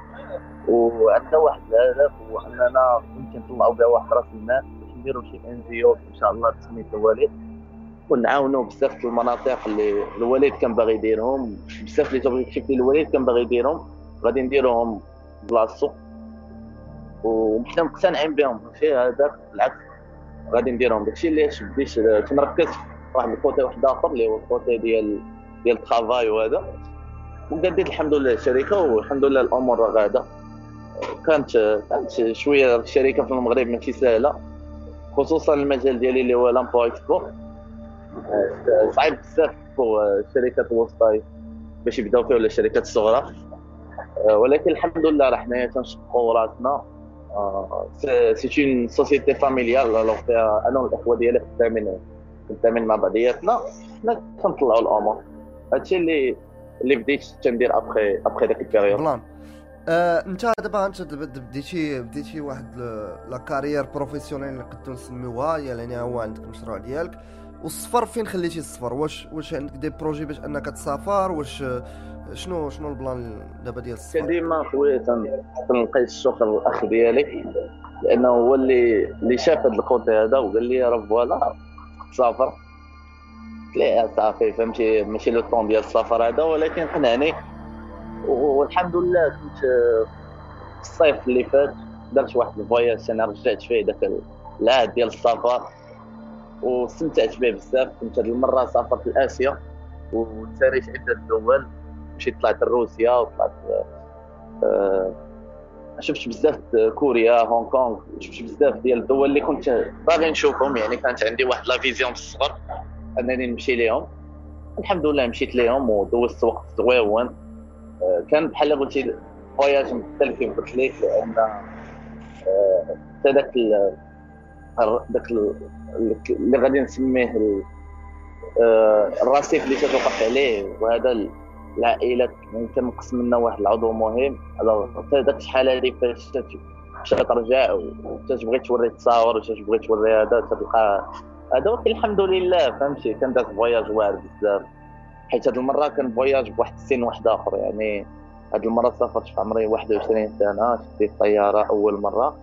وعندنا واحد الهدف هو اننا يمكن نطلعوا بها واحد راس المال باش نديروا شي ان جي او ان شاء الله بسميت الوالد، ونعاونوا بزاف في المناطق اللي الوالد كان باغي يديرهم. بزاف لي زوبجيكتيف اللي الوالد كان باغي يديرهم غادي نديروهم بلاصتو، وحنا مقتنعين بهم. ماشي هذاك بالعكس غادي نديرهم. داكشي اللي بديت تنركز في واحد الكوتي واحد اخر اللي هو الكوتي ديال ديال الترافاي وهذا. وقديت الحمد لله الشركه، والحمد لله الامور راه غاده. كانت كانت شويه الشركه في المغرب ماشي سهله، خصوصا المجال ديالي اللي هو لامبو اكسبورت. صعيب بزاف فوق الشركات الوسطى باش يبداو فيه ولا الشركات الصغرى، ولكن الحمد لله راه حنايا تنشقوا راسنا. سي اون سوسيتي فاميليال، الوغ فيها انا والاخوه ديالي خدامين خدامين مع بعضياتنا، حنا كنطلعوا الامور. هادشي اللي اللي بديت تندير ابخي ابخي داك البيريود. بلان آه، انت دابا انت بديتي بديتي واحد لا كارير بروفيسيونيل اللي نقدروا نسميوها، يعني هو عندك المشروع ديالك. والسفر فين خليتي السفر؟ واش واش عندك دي بروجي باش انك تسافر؟ واش شنو شنو البلان دابا ديال السفر؟ ديما خويا تنلقى الشكر الاخ ديالي، لانه هو اللي اللي شاف هذا الكوتي هذا وقال لي راه فوالا تسافر. لا صافي فهمتي ماشي لو طون ديال السفر هذا، ولكن قنعني والحمد لله كنت في الصيف اللي فات درت واحد الفواياج انا رجعت فيه داك العهد ديال السفر واستمتعت به بزاف. كنت هذه المره سافرت لاسيا وساريت عده دول، مشيت طلعت لروسيا وطلعت آه، شفت بزاف كوريا هونغ كونغ، شفت بزاف ديال الدول اللي كنت باغي نشوفهم. يعني كانت عندي واحد لا فيزيون في الصغر انني نمشي ليهم. الحمد لله مشيت ليهم ودوزت وقت زويون. آه، كان بحال قلتي فواياج مختلف كيف قلت لك، لان حتى داك ال- داك ال- اللي غادي نسميه ال- آه، الرصيف اللي تتوقف عليه، وهذا العائلات يعني كنقسم منا واحد العضو مهم. حتى داك الشحال هذه فاش تمشي ترجع وتتبغي توري تصاور وتتبغي توري هذا تلقى هذا. ولكن الحمد لله فهمتي كان داك فواياج واعر بزاف، حيت هذه المره كان فواياج بواحد السن واحد اخر. يعني هذه المره سافرت في عمري واحد وعشرين سنه، شديت الطياره اول مره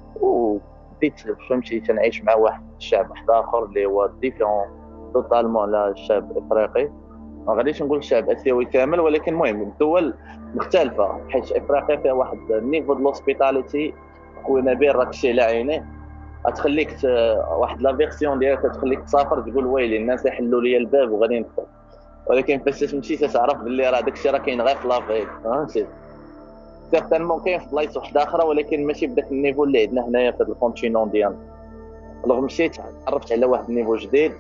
وبديت فهمتي تنعيش مع واحد الشعب واحد اخر اللي هو ديفيرون توتالمون على الشعب الافريقي. ما غاديش نقول الشعب اسيوي كامل، ولكن المهم الدول مختلفه، حيت افريقيا فيها واحد النيفو د لوسبيتاليتي خويا نبيل راك شي على عينيه. غتخليك ت... واحد لا فيرسيون ديالك تخليك تسافر تقول ويلي الناس يحلوا لي الباب وغادي ندخل، ولكن فاش تمشي تتعرف باللي راه داكشي راه كاين غير في لافريك. فهمتي سيغتانمون كاين في بلايص وحده اخرى، ولكن ماشي بداك النيفو اللي عندنا هنايا في هذا الكونتينون ديالنا. الوغ مشيت تعرفت على واحد النيفو جديد.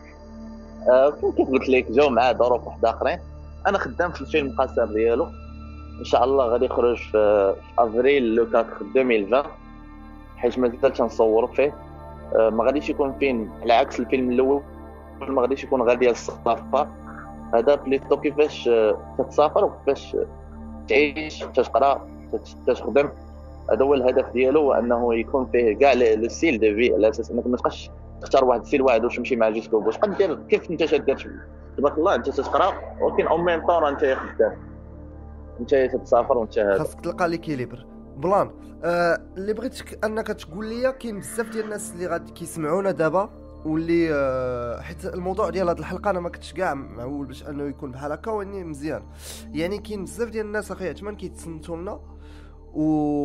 آه كيف قلت لك جاو معاه ظروف واحد اخرين. انا خدام في الفيلم قصير ديالو ان شاء الله غادي يخرج في, في افريل لو ألفين وعشرين، حيت مازال تنصور فيه. آه ما غاديش يكون فين على عكس الفيلم الاول، ما غاديش يكون غير ديال السفر. هذا بليتو كيفاش آه، تتسافر وكيفاش تعيش تتقرا تخدم. هذا هو الهدف ديالو، وانه يكون فيه كاع لو ستيل دو في، على اساس انك ما تبقاش تختار واحد الستيل واحد واش تمشي مع جيسكو واش قدير كيف انت تدير. تبارك الله انت تتقرا ولكن او ميم طون انت خدام، انت تتسافر وانت هذا خاصك تلقى ليكيليبر بلان. آه اللي بغيتك انك تقول لي كاين بزاف ديال الناس اللي غادي كيسمعونا دابا واللي آه حيت الموضوع ديال هذه الحلقه انا ما كنتش كاع معول باش انه يكون بحال هكا، واني مزيان. يعني كاين بزاف ديال الناس اخي عثمان كيتصنتوا لنا و...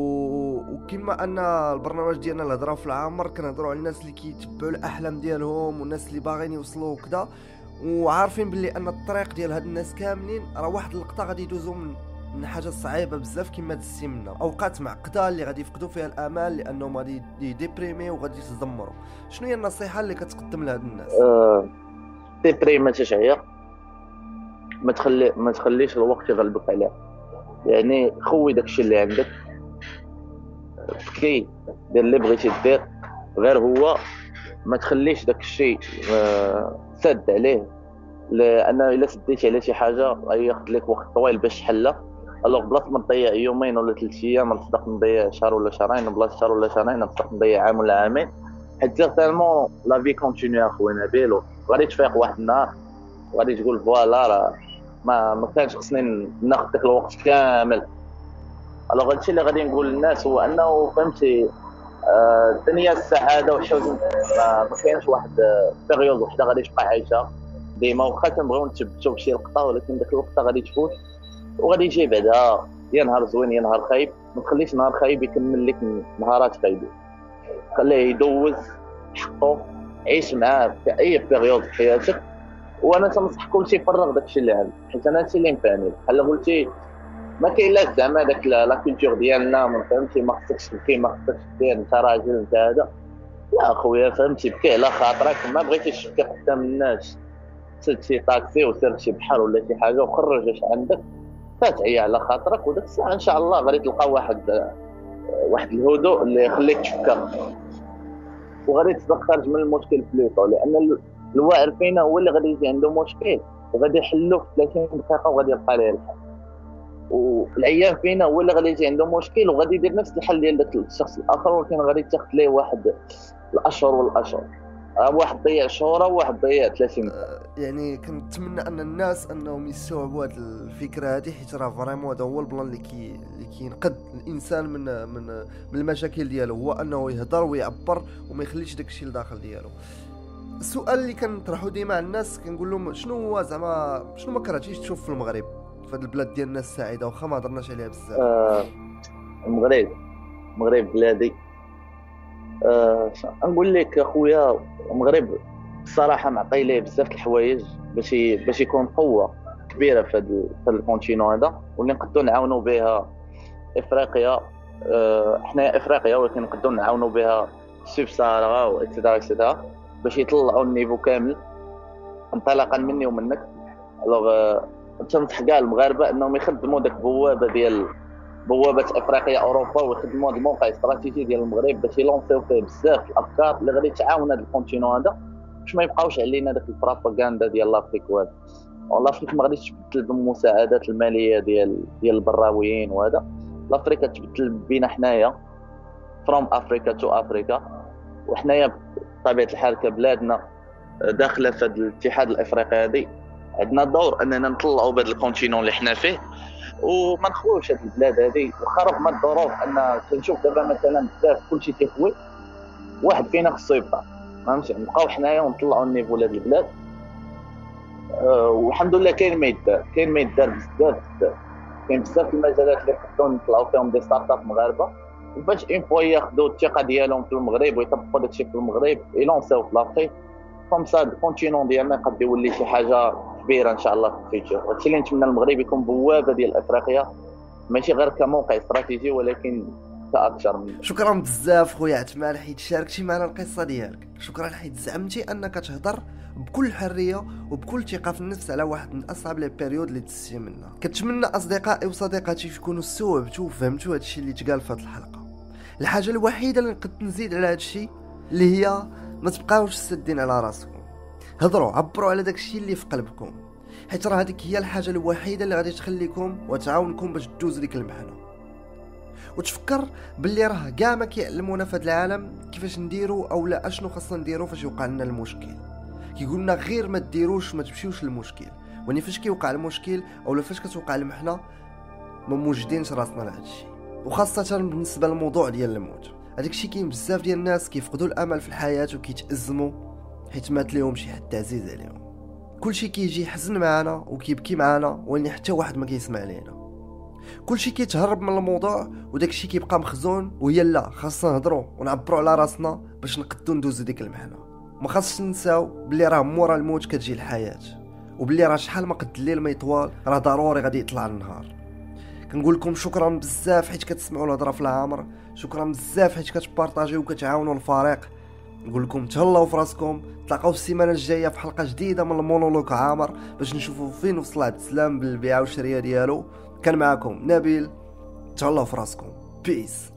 وكما ان البرنامج ديالنا الهضره في العامر كنهضروا على الناس اللي كيتبعوا الاحلام ديالهم والناس اللي باغيين يوصلوا وكذا، وعارفين باللي ان الطريق ديال هاد الناس كاملين راه واحد اللقطه غادي يدوزوا من من حاجه صعيبه بزاف كما دزتي منا، اوقات معقده اللي غادي يفقدوا فيها الامل لانهم غادي يديبريمي وغادي يتدمروا. شنو هي النصيحه اللي كتقدم لهاد الناس؟ آه تيبري ما تشعيا، ما تخلي ما تخليش الوقت يغلبك عليه. يعني خوي داكشي اللي عندك، بكي دير اللي بغيتي دير غير هو، ما تخليش داك الشيء آه سد عليه، لان الا سديتي على شي حاجه غياخذ لك وقت طويل باش تحلها. الوغ بلاص ما تضيع يومين ولا ثلاث ايام نصدق نضيع شهر ولا شهرين، بلاص شهر ولا شهرين نصدق نضيع عام ولا عامين. حيت سيغتالمون لا في كونتينيو اخويا نبيل، غادي تفيق واحد النهار وغادي تقول فوالا راه ما ما كانش خصني ناخذ داك الوقت كامل. الوغ هادشي اللي غادي نقول للناس هو انه فهمتي آه، الدنيا السعاده والحزن ما كاينش واحد بيريود وحده غادي تبقى عايشه ديما. واخا كنبغيو نثبتوا بشي لقطه، ولكن ديك اللقطه غادي تفوت وغادي يجي بعدها يا نهار زوين يا نهار خايب. ما تخليش نهار خايب يكمل لك نهارات خايبه، خليه يدوز حقه، عيش معاه في اي بيريود في حياتك. وانا تنصح كلشي يفرغ داكشي اللي عنده، حيت انا هادشي اللي نفعني بحال قلتي ما كاينلاش زعما داك لا كولتور ديالنا ما فهمتي ما خصكش تبكي ما خصكش دير انت راجل انت هذا. لا اخويا فهمتي بكي على خاطرك، ما بغيتيش تبكي قدام الناس سد شي طاكسي وسير شي بحر ولا شي حاجه وخرج اش عندك فتعيا على خاطرك. وداك الساعه ان شاء الله غادي تلقى واحد واحد الهدوء اللي يخليك تفكر وغادي تصدق خارج من المشكل بلوطو. لان الواعر فينا هو اللي غادي يجي عنده مشكل وغادي يحلو في ثلاثين دقيقه وغادي يلقى ليه الحل، والايام فينا هو اللي غادي يجي عنده مشكل وغادي يدير نفس الحل ديال داك الشخص الاخر، ولكن غادي تاخذ ليه واحد الاشهر والاشهر. واحد ضيع شهوره وواحد ضيع ثلاثين. يعني كنتمنى ان الناس انهم يستوعبوا هذه الفكره هذه، حيت راه فريمون هذا هو البلان اللي كي اللي كينقذ الانسان من من من المشاكل ديالو، هو انه يهضر ويعبر وما يخليش داك الشيء لداخل ديالو. السؤال اللي كنطرحو ديما على الناس كنقول لهم شنو هو زعما شنو ما كرهتيش تشوف في المغرب ف في هذه البلاد ديالنا السعيده واخا ما هضرناش عليها بزاف؟ آه المغرب المغرب بلادي. آه نقول لك اخويا، المغرب الصراحه معطي ليه بزاف د الحوايج باش ي- باش يكون قوه كبيره في هذا في هذا الكونتينو هذا، واللي نقدروا نعاونوا بها افريقيا. آه، حنا افريقيا ولكن نقدروا نعاونوا بها السوب سهرا واكسترا اكسترا باش يطلعوا النيفو كامل انطلاقا مني ومنك. الوغ آه، تنصح كاع المغاربه انهم يخدموا داك البوابه ديال بوابه افريقيا اوروبا، ويخدموا هذا الموقع استراتيجي ديال المغرب باش يلونسيو فيه بزاف الافكار اللي غادي تعاون هذا الكونتينو هذا، باش ما يبقاوش علينا داك البروباغندا ديال لافريك وهذا. لافريك ما غاديش تبدل بالمساعدات الماليه ديال ديال البراويين وهذا، لافريك تبدل بينا حنايا فروم افريكا تو افريكا. وحنايا بطبيعه الحال كبلادنا داخله في هذا الاتحاد الافريقي هذه، عندنا دور اننا نطلعوا بهذا الكونتينون اللي حنا فيه وما نخويوش هذه البلاد هذه. وخا رغم الظروف ان كنشوف دابا مثلا بزاف كلشي تيخوي، واحد فينا خصو يبقى، فهمتي؟ نبقاو حنايا ونطلعوا النيفو لهاد البلاد. أه والحمد لله كاين ما يدار، كاين ما يدار بزاف بزاف، كاين بزاف المجالات اللي نقدروا نطلعوا فيهم دي ستارت اب مغاربه، وباش اون فوا ياخذوا الثقه ديالهم في المغرب ويطبقوا داكشي في المغرب يلونسيو في لافريك كوم سا الكونتينون ديالنا قد يولي شي حاجه كبيره ان شاء الله في الفيتشر. هادشي اللي نتمنى المغرب يكون بوابه ديال افريقيا، ماشي غير كموقع استراتيجي ولكن كاكثر من. شكرا بزاف خويا عثمان حيت شاركتي معنا القصه ديالك. شكرا حيت زعمتي انك تهضر بكل حريه وبكل ثقه في النفس على واحد من اصعب لي بيريود اللي تسي منها. كنتمنى اصدقائي وصديقاتي يكونوا استوعبتوا وفهمتوا هادشي اللي تقال في هذه الحلقه. الحاجه الوحيده اللي نقدر نزيد على هادشي اللي هي ما تبقاوش سادين على راسكم، هضروا عبروا على داكشي اللي في قلبكم، حيت راه هذيك هي الحاجه الوحيده اللي غادي تخليكم وتعاونكم باش تدوز ديك المحنه. وتفكر باللي راه كاع ما كيعلمونا في هذا العالم كيفاش نديروا او لا اشنو خاصنا نديروا فاش يوقع لنا المشكل. كيقولنا غير ما ديروش ما تمشيوش للمشكل، وني فاش كيوقع المشكل او لا فاش كتوقع المحنه ما موجدينش راسنا لهذا الشيء. وخاصه بالنسبه للموضوع ديال الموت، هذاك الشيء كاين بزاف ديال الناس كيفقدوا الامل في الحياه وكيتازموا حيت مات ليهم شي حد عزيز عليهم. كلشي كيجي يحزن معنا وكيبكي معنا ولكن حتى واحد ما كيسمع لينا. كلشي كيتهرب من الموضوع وداك الشيء كيبقى مخزون، وهي لا خاصنا نهضروا ونعبروا على راسنا باش نقدروا ندوزو ديك المحنه. ما خاصش ننساو بلي راه مورا الموت كتجي الحياه، وبلي راه شحال ما قد الليل ما يطوال راه ضروري غادي يطلع النهار. كنقول لكم شكرا بزاف حيت كتسمعوا الهضره في العامر، شكرا بزاف حيت كتبارطاجيو وكتعاونوا الفريق. نقول لكم تهلاو في راسكم، تلاقاو في السيمانه الجايه في حلقه جديده من المونولوج عامر باش نشوفوا فين وصل عبد السلام بالبيعه والشريه ديالو. كان معكم نبيل، تهلاو في راسكم، بيس.